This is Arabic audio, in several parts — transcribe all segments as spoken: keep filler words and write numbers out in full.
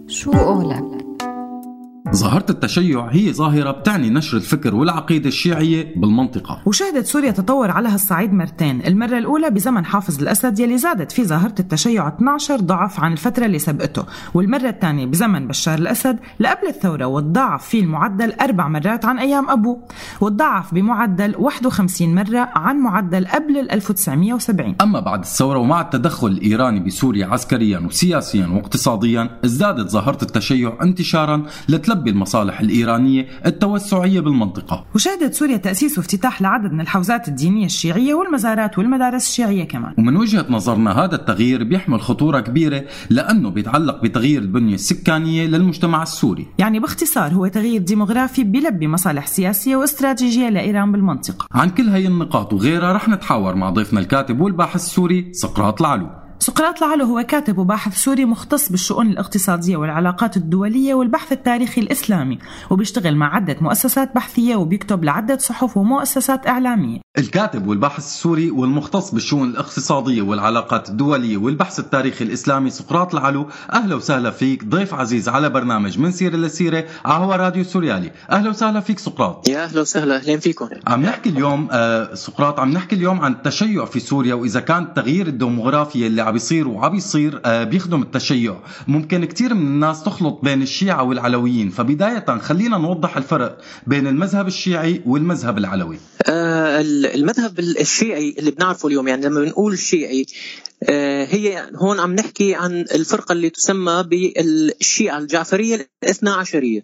شو قولك؟ ظاهرة التشيع هي ظاهرة بتعني نشر الفكر والعقيدة الشيعية بالمنطقة. وشهدت سوريا تطور على هالصعيد مرتين، المرة الأولى بزمن حافظ الأسد يلي زادت في ظاهرة التشيع اثني عشر ضعف عن الفترة اللي سبقته، والمرة الثانية بزمن بشار الأسد لقبل الثورة وتضاعف فيه المعدل أربع مرات عن أيام أبوه، وتضاعف بمعدل واحد وخمسين مرة عن معدل قبل ألف وتسعمية وسبعين. أما بعد الثورة ومع التدخل الإيراني بسوريا عسكريا وسياسيا واقتصاديا ازدادت ظاهرة التشيع انتشارا لتلبي المصالح الإيرانية التوسعية بالمنطقة. وشهدت سوريا تأسيس وافتتاح لعدد من الحوزات الدينية الشيعية والمزارات والمدارس الشيعية كمان. ومن وجهة نظرنا هذا التغيير بيحمل خطورة كبيرة لأنه بيتعلق بتغيير البنية السكانية للمجتمع السوري. يعني باختصار هو تغيير ديموغرافي بيلبي مصالح سياسية واستراتيجية لإيران بالمنطقة. عن كل هاي النقاط وغيرها رح نتحاور مع ضيفنا الكاتب والباحث السوري سقراط العلو. سقراط العلو هو كاتب وباحث سوري مختص بالشؤون الاقتصادية والعلاقات الدولية والبحث التاريخي الإسلامي، وبيشتغل مع عدة مؤسسات بحثية وبيكتب لعدة صحف ومؤسسات إعلامية. الكاتب والباحث السوري والمختص بالشؤون الاقتصادية والعلاقات الدولية والبحث التاريخي الإسلامي سقراط العلو، أهلا وسهلا فيك ضيف عزيز على برنامج من سيرة لسيرة على راديو سوريالي. أهلا وسهلا فيك سقراط. يا أهلا وسهلا، أهلا فيكم. عم نحكي اليوم آه سقراط عم نحكي اليوم عن التشيع في سوريا، وإذا كان التغيير الديموغرافي اللي عم بيصير وعم بيصير آه بيخدم التشيع. ممكن كتير من الناس تخلط بين الشيعة والعلويين، فبداية خلينا نوضح الفرق بين المذهب الشيعي والمذهب العلوي. آه المذهب الشيعي اللي بنعرفه اليوم، يعني لما بنقول الشيعي آه هي هون عم نحكي عن الفرقة اللي تسمى بالشيعة الجعفرية الاثنى عشرية.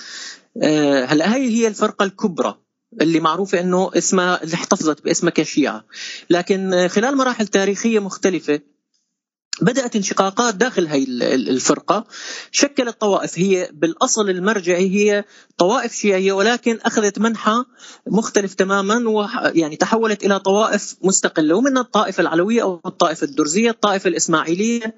آه هلا هاي هي الفرقة الكبرى اللي معروفة انه اسمها اللي احتفظت باسمها كشيعة، لكن خلال مراحل تاريخية مختلفة بدأت انشقاقات داخل هاي الفرقة، شكلت طوائف. هي بالأصل المرجعي هي طوائف شيعية، ولكن أخذت منحى مختلف تماما، ويعني تحولت إلى طوائف مستقلة، ومنها الطائفة العلوية أو الطائفة الدرزية، الطائفة الإسماعيلية.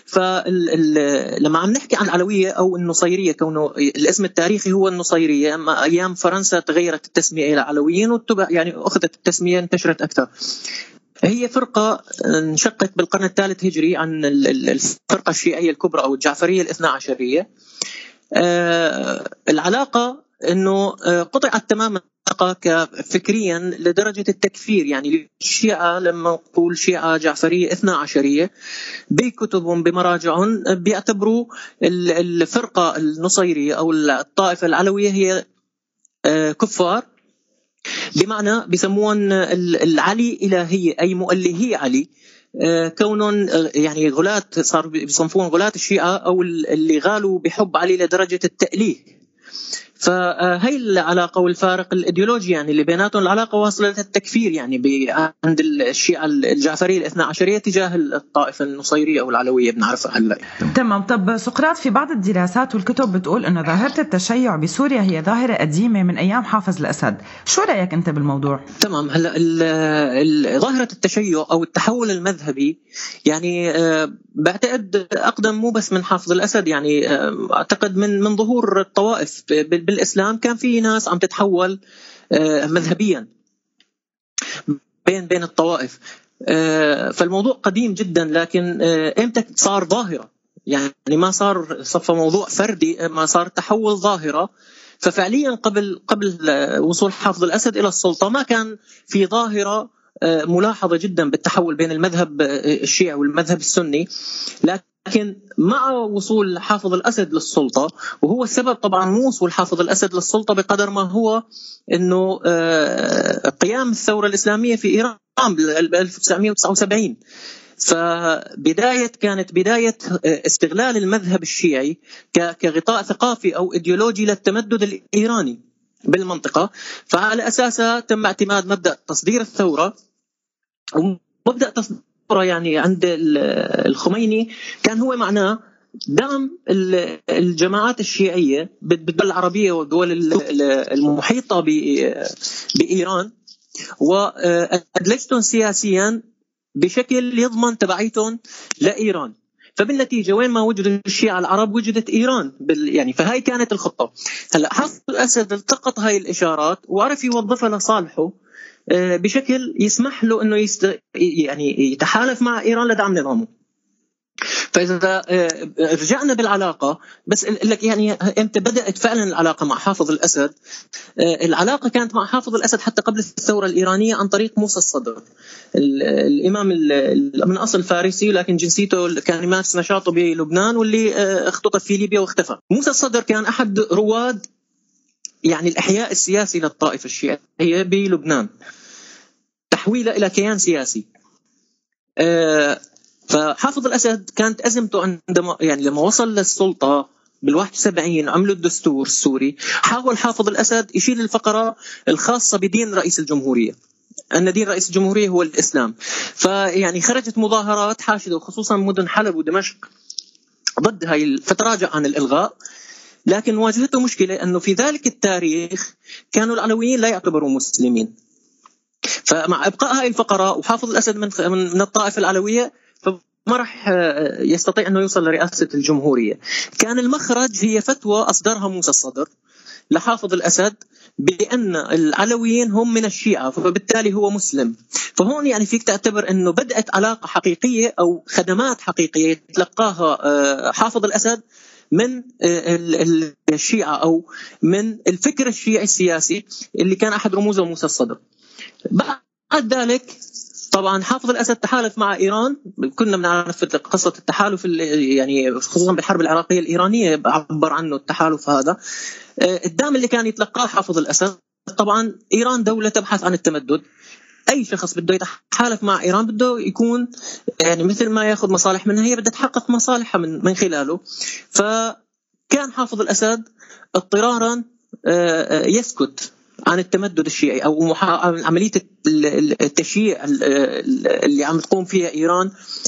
فلما عم نحكي عن العلوية أو النصيرية، كونه الاسم التاريخي هو النصيرية، أما أيام فرنسا تغيرت التسمية إلى علويين واتبع يعني أخذت التسمية انتشرت أكثر. هي فرقة انشقت بالقرن الثالث هجري عن الفرقة الشيعية الكبرى أو الجعفرية الاثنى عشرية. العلاقة أنه قطعت تماما فكريا لدرجة التكفير. يعني الشيعة لما نقول شيعة جعفرية اثنى عشرية بكتبهم بمراجعهم بيعتبروا الفرقة النصيرية أو الطائفة العلوية هي كفار، بمعنى بيسمون العلي إلهية أي مؤلهي علي، كونهم يعني غلاة، صار بيصنفون غلاة الشيعة أو اللي غالوا بحب علي لدرجة التأليه. فهي العلاقة والفارق الإيديولوجي يعني اللي بيناتهم، العلاقة واصلة للتكفير يعني عند الشيعة الجعفرية الاثنى عشرية تجاه الطائفة النصيرية أو العلوية بنعرفها هلا. تمام. طب سقراط، في بعض الدراسات والكتب بتقول إنه ظاهرة التشيع بسوريا هي ظاهرة قديمة من أيام حافظ الأسد، شو رأيك أنت بالموضوع؟ تمام. هلا ظاهرة التشيع أو التحول المذهبي يعني بعتقد أقدم مو بس من حافظ الأسد، يعني أعتقد من من ظهور الطوائف بالإسلام كان في ناس عم تتحول مذهبيا بين بين الطوائف. فالموضوع قديم جدا، لكن إمتى صار ظاهرة؟ يعني ما صار صفى موضوع فردي، ما صار تحول ظاهرة. ففعليا قبل قبل وصول حافظ الأسد إلى السلطة ما كان في ظاهرة ملاحظة جدا بالتحول بين المذهب الشيعي والمذهب السني، لكن مع وصول حافظ الأسد للسلطة، وهو السبب طبعا مو وصول حافظ الأسد للسلطة بقدر ما هو أنه قيام الثورة الإسلامية في إيران ب ألف وتسعمية وتسعة وسبعين. فبداية كانت بداية استغلال المذهب الشيعي كغطاء ثقافي أو إيديولوجي للتمدد الإيراني بالمنطقة. فعلى أساسها تم اعتماد مبدأ تصدير الثورة. ومبدأ تصدير الثورة يعني عند الخميني كان هو معناه دعم الجماعات الشيعية بالدول العربية والدول المحيطة بإيران، وأدلجتهم سياسيا بشكل يضمن تبعيتهم لإيران. فبالنتيجة وين ما وجد الشيعة العرب وجدت إيران يعني. فهاي كانت الخطة. هلا حافظ الأسد التقط هاي الإشارات وعرف يوظفها لصالحه بشكل يسمح له إنه يست... يعني يتحالف مع إيران لدعم نظامه. فإذا رجعنا بالعلاقة، بس لك يعني امتى بدأت فعلا العلاقة مع حافظ الأسد؟ العلاقة كانت مع حافظ الأسد حتى قبل الثورة الإيرانية عن طريق موسى الصدر، الإمام من أصل فارسي لكن جنسيته كان يمارس نشاطه بلبنان واللي اختطف في ليبيا واختفى. موسى الصدر كان أحد رواد يعني الإحياء السياسي للطائفة الشيعية بلبنان، تحويله إلى كيان سياسي. فحافظ الأسد كانت أزمته عندما يعني لما وصل للسلطة بالواحد وسبعين عملوا الدستور السوري، حاول حافظ الأسد يشيل الفقرة الخاصة بدين رئيس الجمهورية، أن دين رئيس الجمهورية هو الإسلام. فيعني خرجت مظاهرات حاشدة وخصوصا مدن حلب ودمشق ضد هاي، فتراجع عن الإلغاء. لكن واجهته مشكلة أنه في ذلك التاريخ كانوا العلويين لا يعتبروا مسلمين، فمع إبقاء هاي الفقرة وحافظ الأسد من من الطائفة العلوية فما راح يستطيع أنه يوصل لرئاسة الجمهورية. كان المخرج هي فتوى أصدرها موسى الصدر لحافظ الأسد بأن العلويين هم من الشيعة، فبالتالي هو مسلم. فهون يعني فيك تعتبر أنه بدأت علاقة حقيقية أو خدمات حقيقية تلقاها حافظ الأسد من الشيعة أو من الفكر الشيعي السياسي اللي كان أحد رموزه موسى الصدر. بعد ذلك طبعا حافظ الأسد تحالف مع إيران، كنا بنعرف قصة التحالف يعني خصوصا بالحرب العراقية الإيرانية عبر عنه التحالف هذا. الدعم اللي كان يتلقاه حافظ الأسد، طبعا إيران دولة تبحث عن التمدد، أي شخص بده يتحالف مع إيران بده يكون يعني مثل ما يأخذ مصالح منها هي بدها تحقق مصالحها من من خلاله. فكان حافظ الأسد اضطرارا يسكت عن التمدد الشيعي أو عملية التشييع اللي عم تقوم فيها إيران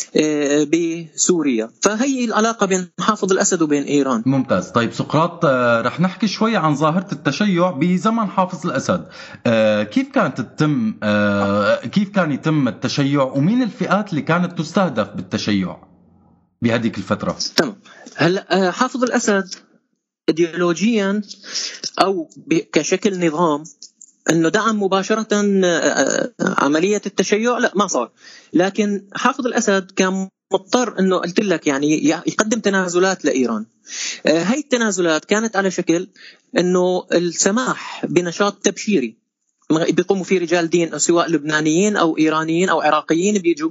بسوريا. فهي العلاقة بين حافظ الأسد وبين إيران. ممتاز. طيب سقراط، رح نحكي شوي عن ظاهرة التشيع بزمن حافظ الأسد. كيف كانت تتم كيف كان يتم التشيع ومين الفئات اللي كانت تستهدف بالتشيع بهذيك الفترة؟ تمام. هلا حافظ الأسد ايديولوجيا او كشكل نظام انه دعم مباشره عمليه التشيع، لا ما صار. لكن حافظ الأسد كان مضطر انه قلت لك يعني يقدم تنازلات لايران. هاي التنازلات كانت على شكل انه السماح بنشاط تبشيري بيقوموا فيه رجال دين سواء لبنانيين او ايرانيين او عراقيين بيجوا.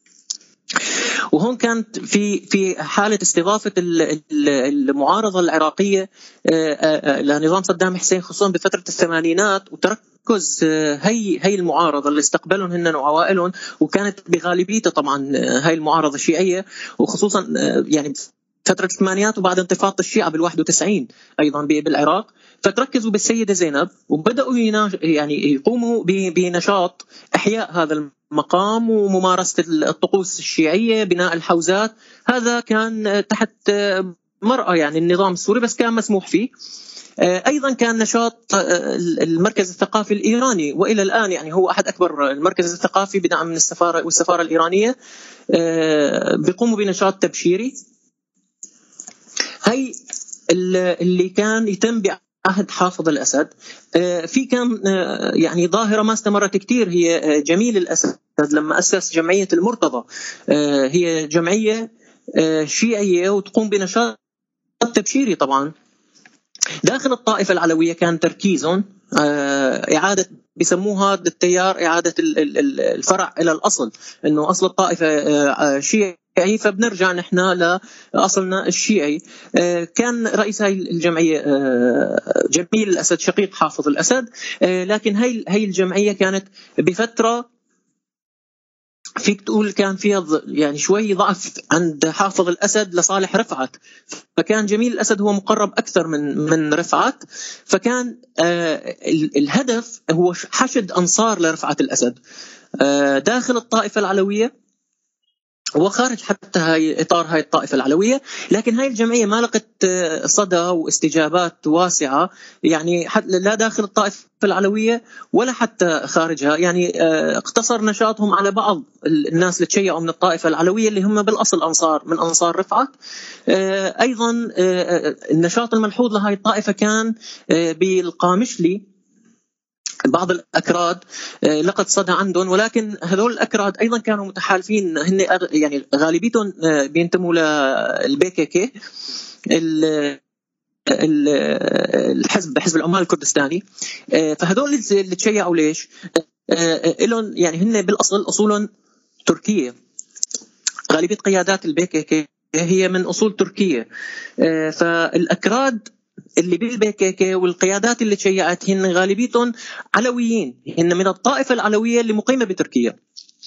وهون كانت في في حاله استضافه المعارضه العراقيه لنظام صدام حسين خصوصا بفتره الثمانينات، وتركز هي هي المعارضه اللي استقبلهم هن وعوائلهم، وكانت بغالبيتها طبعا هي المعارضه الشيعيه، وخصوصا يعني فترة الثمانينات وبعد انتفاضة الشيعة بالواحد وتسعين أيضا بالعراق. فتركزوا بالسيدة زينب وبدأوا يعني يقوموا بنشاط إحياء هذا المقام وممارسة الطقوس الشيعية، بناء الحوزات. هذا كان تحت مرأة يعني النظام السوري بس كان مسموح فيه. أيضا كان نشاط المركز الثقافي الإيراني، وإلى الآن يعني هو أحد أكبر المركز الثقافي بدعم من السفارة والسفارة الإيرانية، بيقوموا بنشاط تبشيري. هي اللي كان يتم بعهد حافظ الأسد. في كان يعني ظاهرة ما استمرت كتير، هي جميل الأسد لما أسس جمعية المرتضى. هي جمعية شيعية وتقوم بنشاط تبشيري طبعا داخل الطائفة العلوية. كان تركيزهم إعادة بيسموها التيار إعادة الفرع إلى الأصل، إنه أصل الطائفة شيعي فبنرجع نحن لأصلنا الشيعي. كان رئيس هاي الجمعية جميل الأسد شقيق حافظ الأسد، لكن هاي هاي الجمعية كانت بفترة فيك تقول كان فيها يعني شوي ضعف عند حافظ الأسد لصالح رفعت، فكان جميل الأسد هو مقرب أكثر من من رفعت. فكان الهدف هو حشد أنصار لرفعت الأسد داخل الطائفة العلوية وخارج حتى هاي إطار هاي الطائفة العلوية. لكن هاي الجمعية ما لقت صدى واستجابات واسعة، يعني لا داخل الطائفة العلوية ولا حتى خارجها. يعني اقتصر نشاطهم على بعض الناس اللي تشيعوا من الطائفة العلوية اللي هم بالأصل أنصار من أنصار رفعت. أيضا النشاط الملحوظ لهاي الطائفة كان بالقامشلي بعض الأكراد لقد صدى عندهم، ولكن هذول الأكراد أيضا كانوا متحالفين، هن يعني غالبيتهم بينتموا للبي كي كي، الحزب حزب العمال الكردستاني. فهذول اللي تشيعوا ليش؟ إلهم يعني هن بالأصل أصولهم تركية، غالبية قيادات البي كي كي هي من أصول تركية. فالأكراد اللي بالبي كي كي والقيادات اللي تشيعت هن غالبيتهم علويين، هن من الطائفة العلوية اللي مقيمة بتركيا.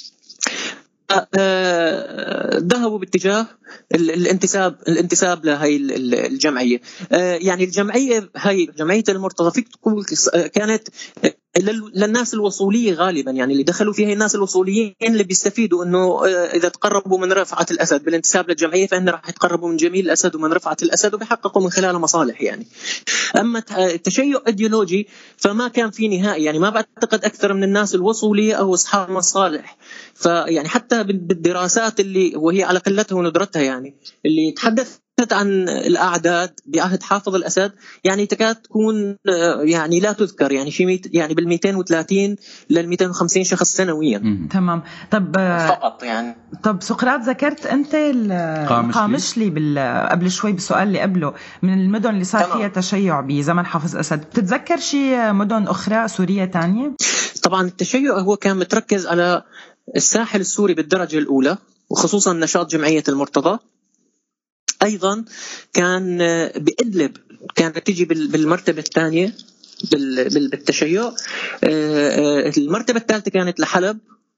ذهبوا باتجاه الانتساب الانتساب لهي الجمعية. يعني الجمعية هاي جمعية المرتضى فيك تقول كانت للناس الوصولية غالبا، يعني اللي دخلوا فيها الناس الوصوليين اللي بيستفيدوا انه اذا تقربوا من رفعة الاسد بالانتساب للجمعية فان راح يتقربوا من جميل الاسد ومن رفعة الاسد وبيحققوا من خلالها مصالح. يعني اما التشيع ايديولوجي فما كان في نهائي، يعني ما بعتقد اكثر من الناس الوصولية او اصحاب مصالح. فيعني حتى بالدراسات اللي وهي على قلتها وندرتها يعني اللي تحدث عن الأعداد بعهد حافظ الأسد يعني تكاد تكون يعني لا تذكر، يعني شيء يعني بال مئتين وثلاثين لل مئتين وخمسين شخص سنويا. تمام. طب فقط يعني. طب سقراط ذكرت أنت القامشلي قبل شوي بالسؤال اللي قبله من المدن اللي صار فيها تشيع بزمن حافظ الأسد، بتتذكر شيء مدن أخرى سورية تانية؟ طبعا التشيع هو كان متركز على الساحل السوري بالدرجة الأولى، وخصوصا نشاط جمعية المرتضى. أيضا كان بإدلب كانت تيجي بالمرتبة الثانية بالتشيع. المرتبة الثالثة كانت لحلب.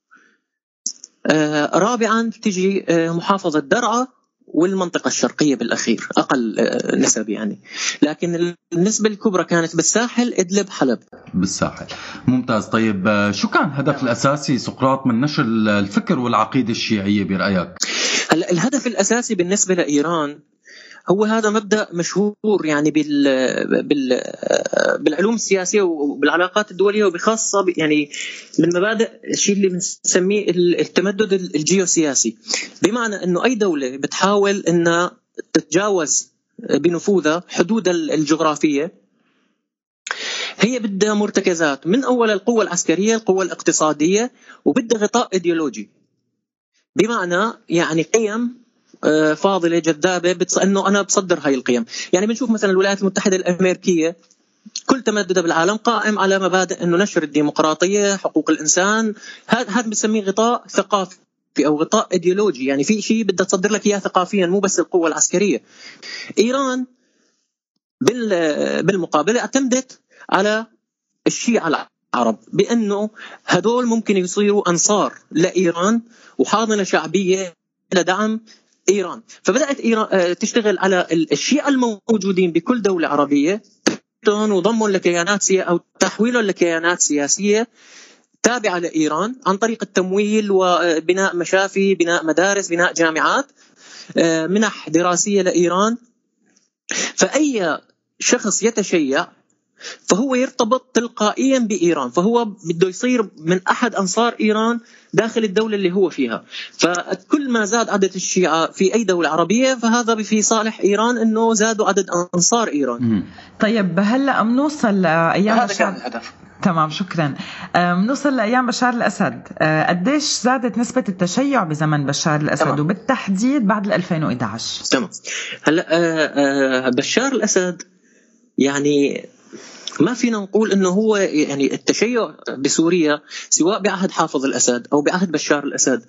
رابعا تيجي محافظة درعا والمنطقة الشرقية بالأخير أقل نسب يعني، لكن النسبة الكبرى كانت بالساحل إدلب حلب. بالساحل. ممتاز. طيب شو كان الهدف الأساسي سقراط من نشر الفكر والعقيدة الشيعية برأيك؟ هلا الهدف الأساسي بالنسبة لإيران هو هذا مبدأ مشهور يعني بال بال بالعلوم السياسية وبالعلاقات الدولية، وبخاصة يعني من مبادئ الشيء اللي بنسميه التمدد الجيوسياسي، بمعنى إنه أي دولة بتحاول إنها تتجاوز بنفوذها حدود الجغرافية هي بدها مرتكزات، من أول القوة العسكرية القوة الاقتصادية، وبدها غطاء إيديولوجي، بمعنى يعني قيم فاضلة جذابة بتص... أنه أنا بصدر هاي القيم. يعني بنشوف مثلا الولايات المتحدة الأمريكية كل تمددها بالعالم قائم على مبادئ أنه نشر الديمقراطية حقوق الإنسان، هذا هذا بنسميه غطاء ثقافي أو غطاء إيديولوجي، يعني في شيء بدها تصدر لك إياه ثقافيا مو بس القوة العسكرية. إيران بال... بالمقابل اعتمدت على الشيعة العرب بأنه هدول ممكن يصيروا أنصار لإيران وحاضنة شعبية لدعم إيران. فبدأت إيران تشتغل على الشيعة الموجودين بكل دولة عربية وضمهم لكيانات سياسية أو تحويلهم لكيانات سياسية تابعة لإيران عن طريق التمويل وبناء مشافي، بناء مدارس، بناء جامعات، منح دراسية لإيران. فأي شخص يتشيع فهو يرتبط تلقائيا بإيران، فهو بده يصير من أحد أنصار إيران داخل الدولة اللي هو فيها. فكل ما زاد عدد الشيعة في أي دولة عربية فهذا في صالح إيران أنه زادوا عدد أنصار إيران. طيب هلأ منوصل لأيام هذا كان الهدف. تمام، شكرا. منوصل لأيام بشار الأسد، قديش زادت نسبة التشيع بزمن بشار الأسد؟ تمام. وبالتحديد بعد ألفين وإحدى عشر. تمام. هلأ بشار الأسد يعني ما فينا نقول انه هو يعني التشيع بسوريا سواء بعهد حافظ الأسد او بعهد بشار الأسد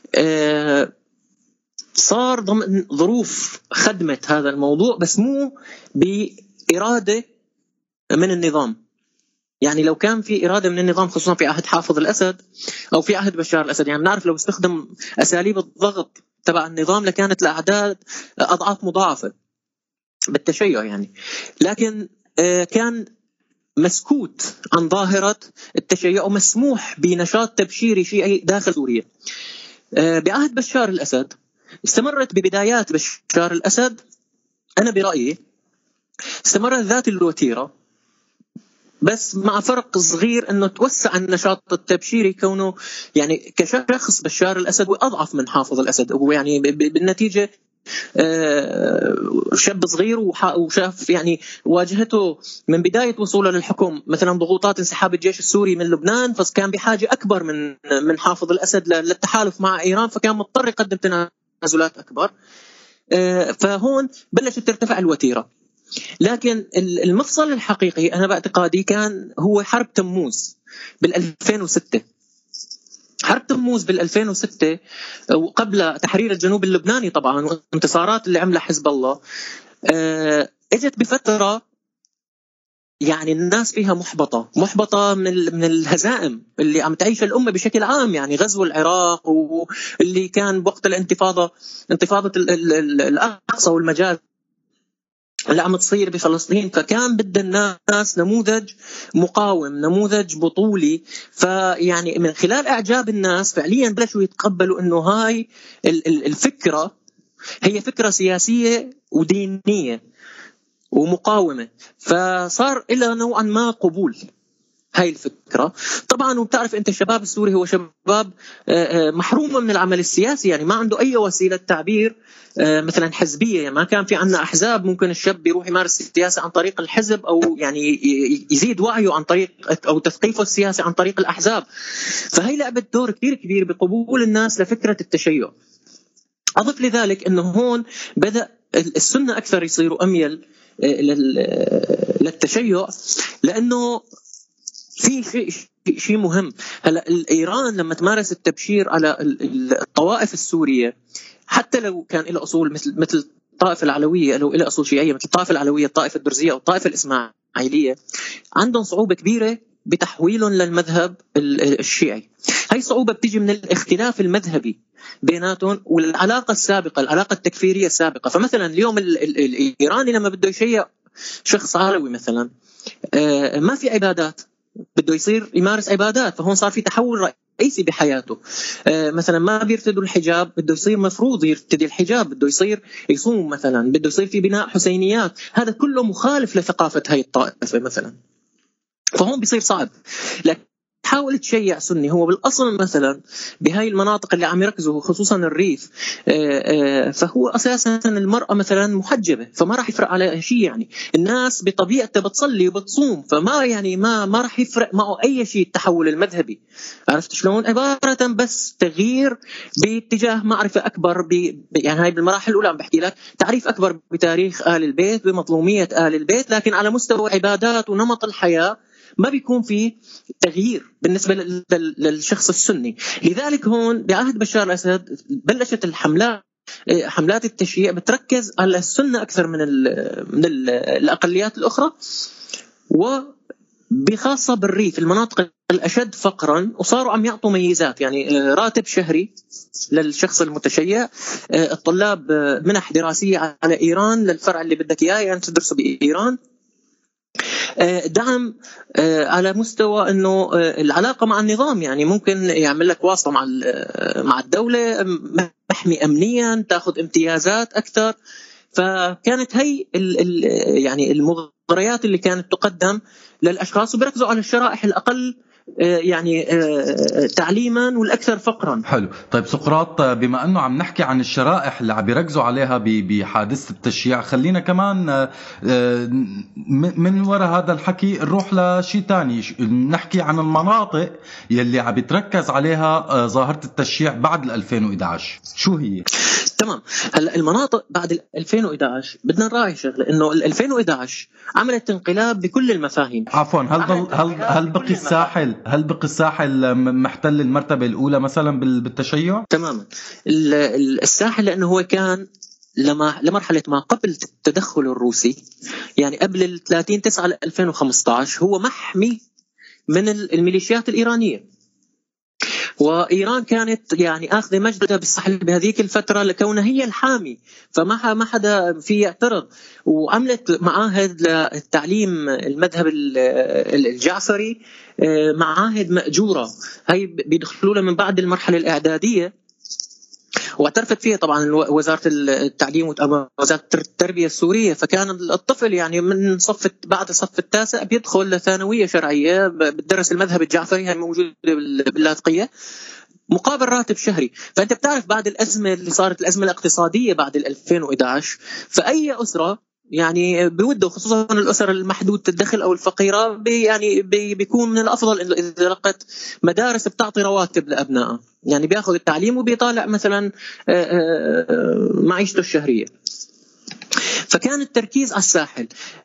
صار ضمن ظروف خدمت هذا الموضوع، بس مو بإرادة من النظام. يعني لو كان في إرادة من النظام خصوصا في عهد حافظ الأسد أو في عهد بشار الأسد، يعني نعرف لو استخدم أساليب الضغط تبع النظام لكانت الأعداد أضعاف مضاعفة بالتشيع يعني. لكن كان مسكوت عن ظاهرة التشيع ومسموح بنشاط تبشيري شيعي داخل سوريا. بعهد بشار الأسد استمرت ببدايات بشار الأسد، أنا برأيي استمرت ذات الوتيرة، بس مع فرق صغير أنه توسع النشاط التبشيري، كونه يعني كشخص بشار الأسد وأضعف من حافظ الأسد، ويعني بالنتيجة شاب صغير وشاف يعني واجهته من بداية وصوله للحكم مثلا ضغوطات انسحاب الجيش السوري من لبنان، فكان بحاجة أكبر من من حافظ الأسد للتحالف مع إيران، فكان مضطر يقدم تنازلات أكبر. فهون بلشت ترتفع الوتيرة. لكن المفصل الحقيقي أنا باعتقادي كان هو حرب تموز بالألفين وستة. حرب تموز بالألفين وستة وقبل تحرير الجنوب اللبناني طبعا وانتصارات اللي عملها حزب الله، اجت بفترة يعني الناس فيها محبطة محبطة من من الهزائم اللي عم تعيشها الأمة بشكل عام، يعني غزو العراق واللي كان بوقت الانتفاضة انتفاضة الأقصى والمجاز اللي عم تصير بفلسطين. فكان بدها الناس نموذج مقاوم، نموذج بطولي. فيعني من خلال إعجاب الناس فعليا بلشوا يتقبلوا إنه هاي الفكرة هي فكرة سياسية ودينية ومقاومة، فصار إلى نوعا ما قبول هاي الفكرة. طبعا وبتعرف أنت الشباب السوري هو شباب محروم من العمل السياسي، يعني ما عنده أي وسيلة تعبير مثلا حزبية، يعني ما كان في عنا أحزاب ممكن الشاب يروح يمارس السياسة عن طريق الحزب أو يعني يزيد وعيه عن طريق أو تثقيفه السياسي عن طريق الأحزاب. فهي لعبت دور كتير كبير بقبول الناس لفكرة التشيع. أضف لذلك أنه هون بدأ السنة أكثر يصيروا أميل للتشيع، لأنه في شيء شيء مهم. هلا إيران لما تمارس التبشير على الطوائف السورية حتى لو كان له أصول مثل مثل الطائفة العلوية، لو له أصول شيعية مثل الطائفة العلوية، الطائفة الدرزية أو الطائفة الإسماعيلية، عندهم صعوبة كبيرة بتحويلهم للمذهب الشيعي. هاي صعوبة بتيجي من الاختلاف المذهبي بيناتهم والعلاقة السابقة، العلاقة التكفيرية السابقة. فمثلا اليوم الإيراني لما بده يشيع شخص علوي مثلا ما في عبادات، بده يصير يمارس عبادات، فهون صار في تحول رئيسي بحياته. مثلا ما بيرتدوا الحجاب، بده يصير مفروض يرتدي الحجاب، بده يصير يصوم مثلا، بده يصير في بناء حسينيات. هذا كله مخالف لثقافة هاي الطائفة مثلا، فهون بيصير صعب. لكن حاول تشيع سني هو بالأصل مثلا بهاي المناطق اللي عم يركزوا خصوصا الريف، فهو أساسا المرأة مثلا محجبة، فما راح يفرق على شيء. يعني الناس بطبيعتها بتصلي وبتصوم، فما يعني ما ما راح يفرق معه أي شيء التحول المذهبي. عرفت شلون؟ عبارة بس تغيير باتجاه معرفة أكبر ب... يعني هاي بالمراحل الأولى عم بحكي لك تعريف أكبر بتاريخ آل البيت، بمظلومية آل البيت، لكن على مستوى عبادات ونمط الحياة ما بيكون في تغيير بالنسبة للشخص السني. لذلك هون بعهد بشار الأسد بلشت الحملات حملات التشييع بتركز على السنة أكثر من ال من ال الأقليات الأخرى، وبخاصة بالريف المناطق الأشد فقرا، وصاروا عم يعطوا ميزات يعني راتب شهري للشخص المتشيع، الطلاب منح دراسية على إيران للفرع اللي بدك إياه يعني تدرسه بإيران، دعم على مستوى انه العلاقه مع النظام، يعني ممكن يعمل لك واسطه مع مع الدوله، محمي امنيا، تاخذ امتيازات اكثر. فكانت هي ال ال يعني المغريات اللي كانت تقدم للاشخاص، وبركزوا على الشرائح الاقل يعني تعليما والاكثر فقرا. حلو. طيب سقراط، بما انه عم نحكي عن الشرائح اللي عم بيركزوا عليها بحادثه التشييع، خلينا كمان من وراء هذا الحكي نروح لشيء تاني، نحكي عن المناطق يلي عم بيتركز عليها ظاهره التشييع بعد ألفين وإحدى عشر. شو هي؟ تمام. هلا المناطق بعد ألفين وإحدى عشر بدنا نراعي شغله، انه ألفين وإحدى عشر عملت انقلاب بكل المفاهيم. عفوا، هل ضل هل هل بقي الساحل هل بقي الساحل محتل المرتبه الاولى مثلا بالتشيع؟ تماما. الساحل لانه هو كان لما لمرحله ما قبل التدخل الروسي، يعني قبل ثلاثين تسعة ألفين وخمسة عشر، هو محمي من الميليشيات الايرانيه، وإيران كانت يعني آخذ مجدها بالساحل بهذيك الفترة لكونها هي الحامي، فما ما حدا في يعترض. وعملت معاهد للتعليم المذهب الجعفري، معاهد مأجورة، هي بيدخلوا لها من بعد المرحلة الإعدادية، واعترفت فيها طبعا وزارة التعليم ووزارة التربية السورية. فكان الطفل يعني من صف بعد الصف التاسع بيدخل لثانوية شرعية بالدرس المذهب الجعفري، هي موجودة باللاذقية، مقابل راتب شهري. فأنت بتعرف بعد الأزمة اللي صارت، الأزمة الاقتصادية بعد ألفين وإحدى عشر، فأي أسرة يعني بوده، خصوصا الأسر المحدودة الدخل أو الفقيرة، بي يعني بي بيكون من الأفضل إنه إذا لقت مدارس بتعطي رواتب لأبنائها، يعني بياخذ التعليم وبيطالع مثلا معيشته الشهرية. فكان التركيز على الساحل.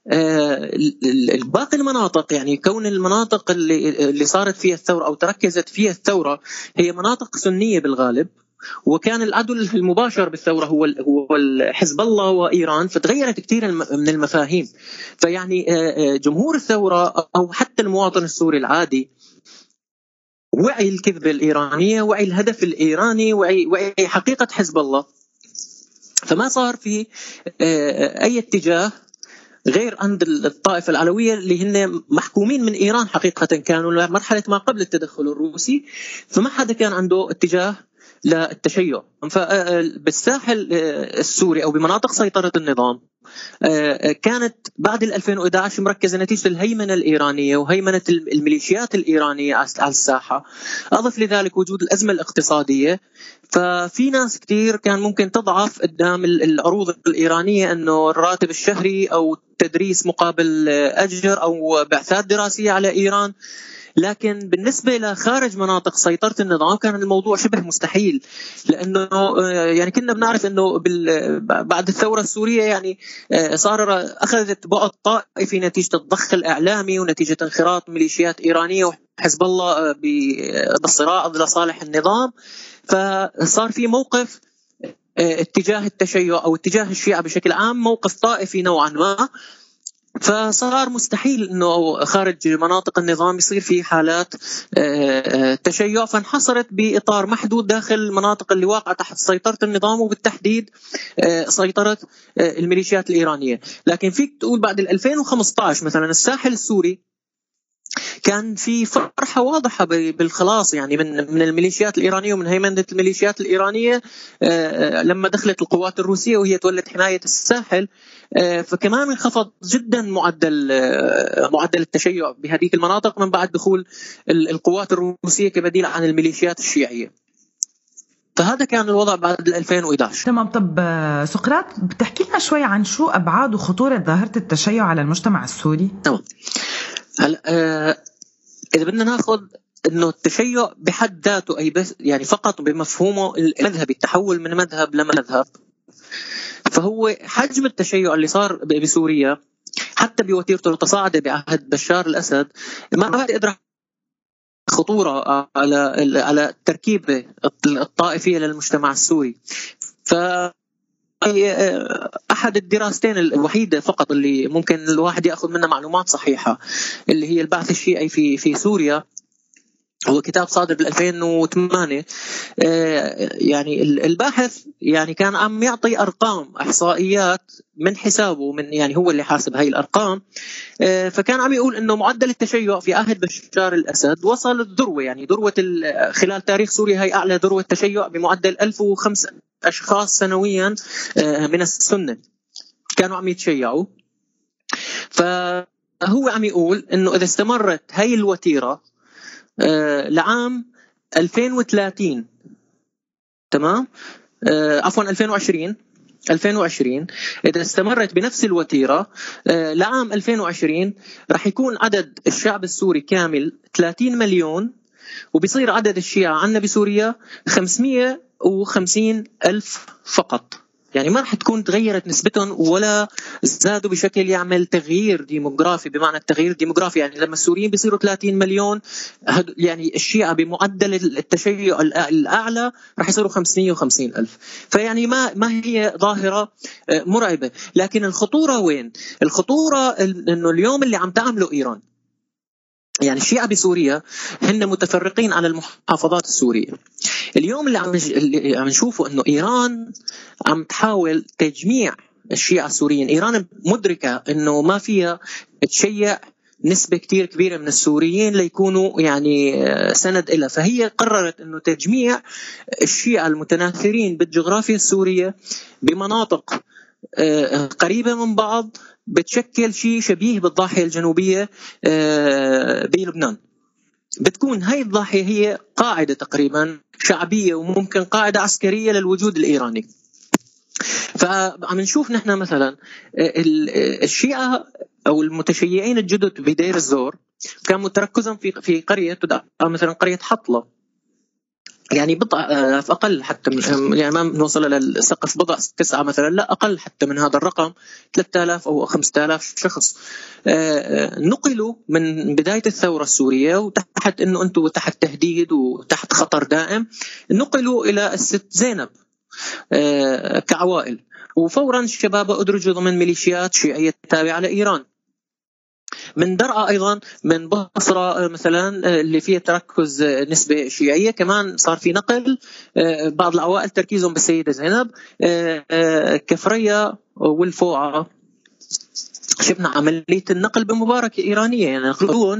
باقي المناطق، يعني كون المناطق اللي اللي صارت فيها الثورة أو تركزت فيها الثورة هي مناطق سنية بالغالب، وكان العدو المباشر بالثورة هو هو حزب الله وإيران، فتغيرت كثير من المفاهيم. فيعني جمهور الثورة أو حتى المواطن السوري العادي وعي الكذبة الإيرانية، وعي الهدف الإيراني، وعي وعي حقيقة حزب الله. فما صار في أي اتجاه غير عند الطائفة العلوية اللي هن محكومين من إيران حقيقة، كانوا مرحلة ما قبل التدخل الروسي، فما حدا كان عنده اتجاه للتشيع. فبالساحل السوري أو بمناطق سيطرة النظام كانت بعد ألفين وإحدى عشر مركزة نتيجة الهيمنة الإيرانية وهيمنة الميليشيات الإيرانية على الساحة. أضف لذلك وجود الأزمة الاقتصادية، ففي ناس كتير كان ممكن تضعف قدام العروض الإيرانية أنه الراتب الشهري أو تدريس مقابل أجر أو بعثات دراسية على إيران. لكن بالنسبة لخارج مناطق سيطرة النظام كان الموضوع شبه مستحيل، لأنه يعني كنا بنعرف أنه بعد الثورة السورية يعني صار أخذت بعد طائفي نتيجة الضخ الإعلامي ونتيجة انخراط ميليشيات إيرانية وحزب الله بالصراع ضد صالح النظام. فصار في موقف اتجاه التشيع أو اتجاه الشيعة بشكل عام موقف طائفي نوعا ما، فصار مستحيل انه خارج مناطق النظام يصير في حالات تشيع، فانحصرت باطار محدود داخل المناطق اللي واقعه تحت سيطره النظام، وبالتحديد سيطره الميليشيات الايرانيه. لكن فيك تقول بعد ألفين وخمسة عشر مثلا الساحل السوري كان في فرحة واضحة بالخلاص يعني من من الميليشيات الإيرانية ومن هيمنة الميليشيات الإيرانية لما دخلت القوات الروسية وهي تولت حماية الساحل. فكمان انخفض جدا معدل معدل التشيع بهذه المناطق من بعد دخول القوات الروسية كبديل عن الميليشيات الشيعية. فهذا كان الوضع بعد ألفين وإحدى عشر. تمام. طب سقراط، بتحكي لنا شوي عن شو أبعاد وخطورة ظاهرة التشيع على المجتمع السوري؟ تمام. هلا آه إذا بدنا ناخذ إنه التشيع بحد ذاته أي بس يعني فقط بمفهومه المذهبي، التحول من مذهب لمذهب، فهو حجم التشيع اللي صار بسوريا حتى بوتيرته المتصاعدة بعهد بشار الأسد ما بعد أدرك خطورة على على التركيبة الطائفية للمجتمع السوري. ف أحد الدراستين الوحيدة فقط اللي ممكن الواحد يأخذ منها معلومات صحيحة اللي هي البعث الشيعي في في سوريا، هو كتاب صادر بالألفين وثمانية. يعني الباحث يعني كان عم يعطي أرقام إحصائيات من حسابه، من يعني هو اللي حاسب هاي الأرقام. فكان عم يقول إنه معدل التشيع في عهد بشار الأسد وصل الذروة، يعني ذروة خلال تاريخ سوريا هاي أعلى ذروة تشيع بمعدل ألف وخمسة أشخاص سنويا من السنة كانوا عم يتشيعوا. فهو عم يقول إنه إذا استمرت هاي الوتيرة لعام ألفين وثلاثين، تمام، عفوا ألفين وعشرين ألفين وعشرين إذا استمرت بنفس الوتيرة لعام ألفين وعشرين راح يكون عدد الشعب السوري كامل ثلاثين مليون، وبيصير عدد الشيعة عندنا بسوريا خمسمئة وخمسين ألف فقط. يعني ما راح تكون تغيرت نسبتهم ولا زادوا بشكل يعمل تغيير ديموغرافي. بمعنى التغيير الديموغرافي يعني لما السوريين بيصيروا ثلاثين مليون، يعني الشيعة بمعدل التشيع الأعلى راح يصيروا خمسمئة وخمسين ألف. فيعني ما ما هي ظاهرة مرعبة. لكن الخطورة وين؟ الخطورة إنه اليوم اللي عم تعمله إيران، يعني الشيعة بسوريا هن متفرقين على المحافظات السورية. اليوم اللي عم اللي عم نشوفه انه ايران عم تحاول تجميع الشيعة السوريين. ايران مدركة انه ما فيها تشيع نسبة كتير كبيرة من السوريين ليكونوا يعني سند إلها، فهي قررت انه تجميع الشيعة المتناثرين بالجغرافيا السورية بمناطق قريبة من بعض بتشكل شيء شبيه بالضاحية الجنوبية بلبنان. بتكون هاي الضاحية هي قاعدة تقريبا شعبية وممكن قاعدة عسكرية للوجود الإيراني. فعم نشوف نحن مثلا الشيعة أو المتشيعين الجدد بدير الزور كان تركزهم في في قرية تدعى مثلا قرية حطلة، يعني بضع أقل حتى من يعني ما نوصل إلى السقف بضع تسعة مثلا، لا أقل حتى من هذا الرقم، ثلاثة آلاف أو خمسة آلاف شخص نقلوا من بداية الثورة السورية وتحت إنه أنتم تحت تهديد وتحت خطر دائم، نقلوا إلى الست زينب كعوائل، وفورا الشباب أدرجوا ضمن ميليشيات شيعية تابعة لإيران. من درعا أيضا من بصرة مثلا اللي فيها تركز نسبة شيعية كمان صار في نقل بعض العوائل تركيزهم بالسيدة زينب. كفرية والفوعة شفنا عملية النقل بمباركة إيرانية، يعني نقلون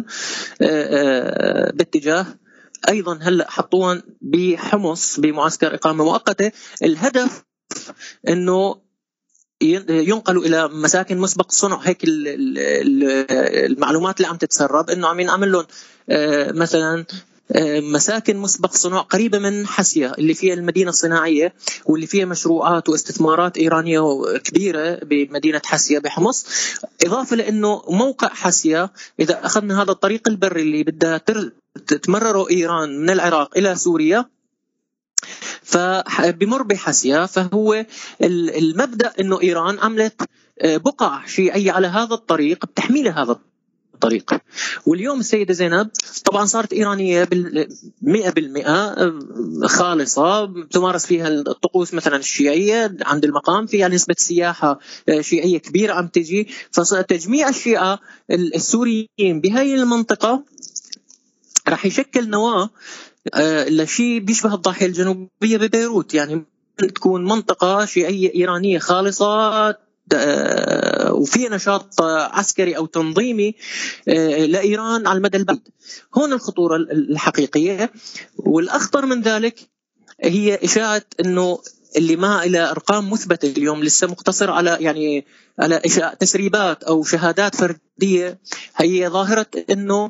باتجاه أيضا هلأ حطوهم بحمص بمعسكر إقامة مؤقتة. الهدف أنه ينقلوا إلى مساكن مسبق الصنع. هيك المعلومات اللي عم تتسرب إنه عم ينعمل لهم مثلا مساكن مسبق صنع قريبة من حسيا اللي فيها المدينة الصناعية واللي فيها مشروعات واستثمارات إيرانية كبيرة بمدينة حسيا بحمص، إضافة لأنه موقع حسيا إذا أخذنا هذا الطريق البري اللي بدها تمرره إيران من العراق إلى سوريا فبمر بحسيا، فهو المبدأ أنه إيران عملت بقع شيعية على هذا الطريق بتحميل هذا الطريق. واليوم السيدة زينب طبعا صارت إيرانية بالمئة بالمئة خالصة، تمارس فيها الطقوس مثلا الشيعية عند المقام، فيها نسبة سياحة شيعية كبيرة عم تجي، فتجميع الشيعة السوريين بهاي المنطقة راح يشكل نواة لشيء بيشبه الضاحية الجنوبية ببيروت، يعني تكون منطقة شيعية إيرانية خالصة وفي نشاط عسكري أو تنظيمي لإيران على المدى البعيد. هون الخطورة الحقيقية. والأخطر من ذلك هي إشاعة أنه اللي ما إلى أرقام مثبتة اليوم لسه مقتصر على يعني على تسريبات أو شهادات فردية، هي ظاهرة أنه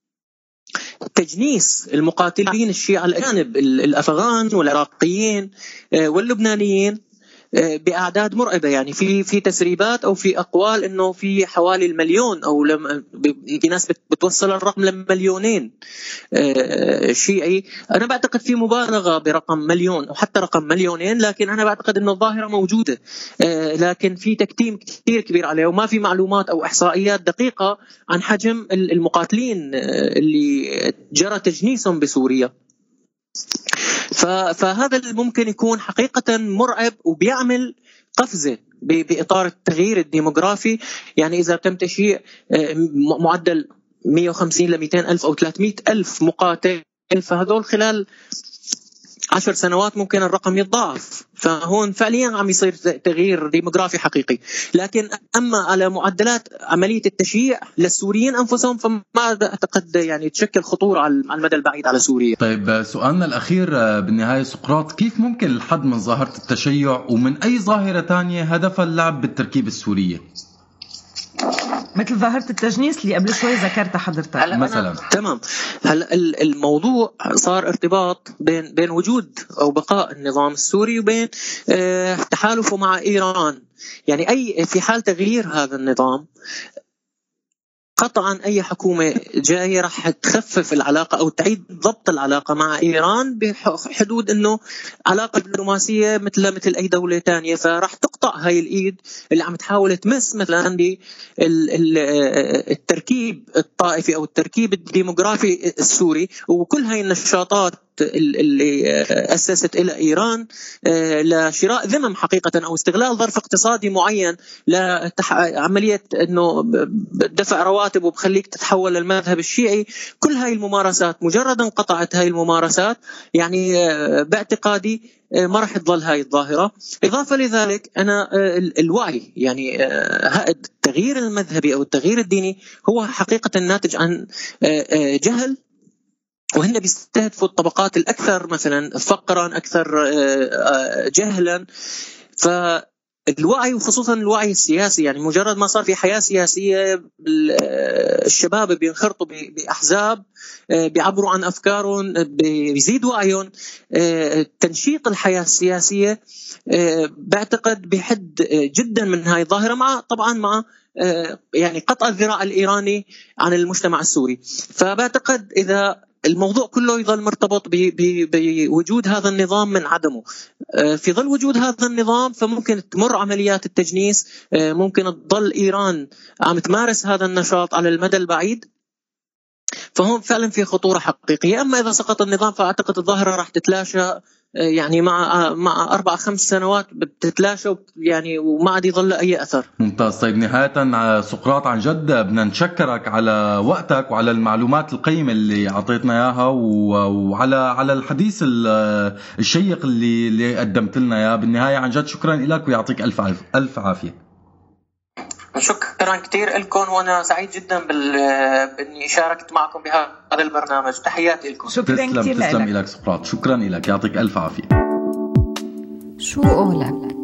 تجنيس المقاتلين الشيعة الأجانب الأفغان والعراقيين واللبنانيين بأعداد مرعبة. يعني في في تسريبات أو في أقوال إنه في حوالي المليون أو لم في ناس بتوصل الرقم لمليونين شيعي. أنا بعتقد في مبالغة برقم مليون أو حتى رقم مليونين، لكن أنا بعتقد إنه الظاهرة موجودة، لكن في تكتيم كثير كبير عليه وما في معلومات أو إحصائيات دقيقة عن حجم المقاتلين اللي جرى تجنيسهم بسوريا. فهذا اللي ممكن يكون حقيقة مرعب وبيعمل قفزة بإطار التغيير الديموغرافي. يعني إذا تم تشييع معدل مئة وخمسين لمئتين ألف أو ثلاثمئة ألف مقاتل، فهذول خلال عشر سنوات ممكن الرقم يتضاعف. فهون فعليا عم يصير تغيير ديموغرافي حقيقي. لكن أما على معدلات عملية التشييع للسوريين أنفسهم فما أعتقد يعني تشكل خطورة على المدى البعيد على سوريا. طيب سؤالنا الأخير بالنهاية سقراط، كيف ممكن الحد من ظاهرة التشيع ومن أي ظاهرة تانية هدفها اللعب بالتركيبة السورية؟ مثل ظاهرة التجنيس اللي قبل شوي ذكرتها حضرتك مثلا. تمام. هلا الموضوع صار ارتباط بين بين وجود أو بقاء النظام السوري وبين تحالفه مع إيران. يعني أي في حال تغيير هذا النظام قطعا أي حكومة جاية راح تخفف العلاقة أو تعيد ضبط العلاقة مع إيران بحدود أنه علاقة دبلوماسية مثل مثل أي دولة تانية، فراح تقطع هاي الإيد اللي عم تحاول تمس مثلا بالتركيب الطائفي أو التركيب الديموغرافي السوري. وكل هاي النشاطات اللي أسست إلى إيران لشراء ذمم حقيقة أو استغلال ظرف اقتصادي معين لعملية أنه دفع رواتب وبخليك تتحول للمذهب الشيعي، كل هاي الممارسات مجرد انقطعت هاي الممارسات يعني باعتقادي ما راح تظل هاي الظاهرة. إضافة لذلك أنا الوعي يعني التغيير المذهبي أو التغيير الديني هو حقيقة ناتج عن جهل، وهن بيستهدفوا الطبقات الأكثر مثلا فقرا أكثر جهلا. ف الوعي وخصوصا الوعي السياسي. يعني مجرد ما صار في حياة سياسية الشباب بينخرطوا بأحزاب بيعبروا عن أفكارهم بيزيد وعيهم. تنشيط الحياة السياسية بعتقد بحد جدا من هاي الظاهرة، مع طبعا مع يعني قطع الذراع الإيراني عن المجتمع السوري. فبعتقد إذا الموضوع كله يظل مرتبط بوجود هذا النظام من عدمه، في ظل وجود هذا النظام فممكن تمر عمليات التجنيس، ممكن تظل إيران عم تمارس هذا النشاط على المدى البعيد، فهم فعلا في خطورة حقيقية. أما إذا سقط النظام فأعتقد الظاهرة راح تتلاشى، يعني مع مع أربع خمس سنوات بتتلاشى يعني وما عاد يظل أي أثر. ممتاز. طيب نهاية سقراط، عن جد بدنا نشكرك على وقتك وعلى المعلومات القيمة اللي أعطيتنا إياها، وعلى على الحديث الشيق اللي اللي قدمت لنا إياه. بالنهاية عن جد شكرا لك ويعطيك ألف ألف عافية. شكرا كتير لكم، وانا سعيد جدا باني شاركت معكم بهذا البرنامج. تحياتي لكم. شكرا تسلم كتير تسلم لك سقراط، شكرا لك، يعطيك الف عافيه. شو قولك؟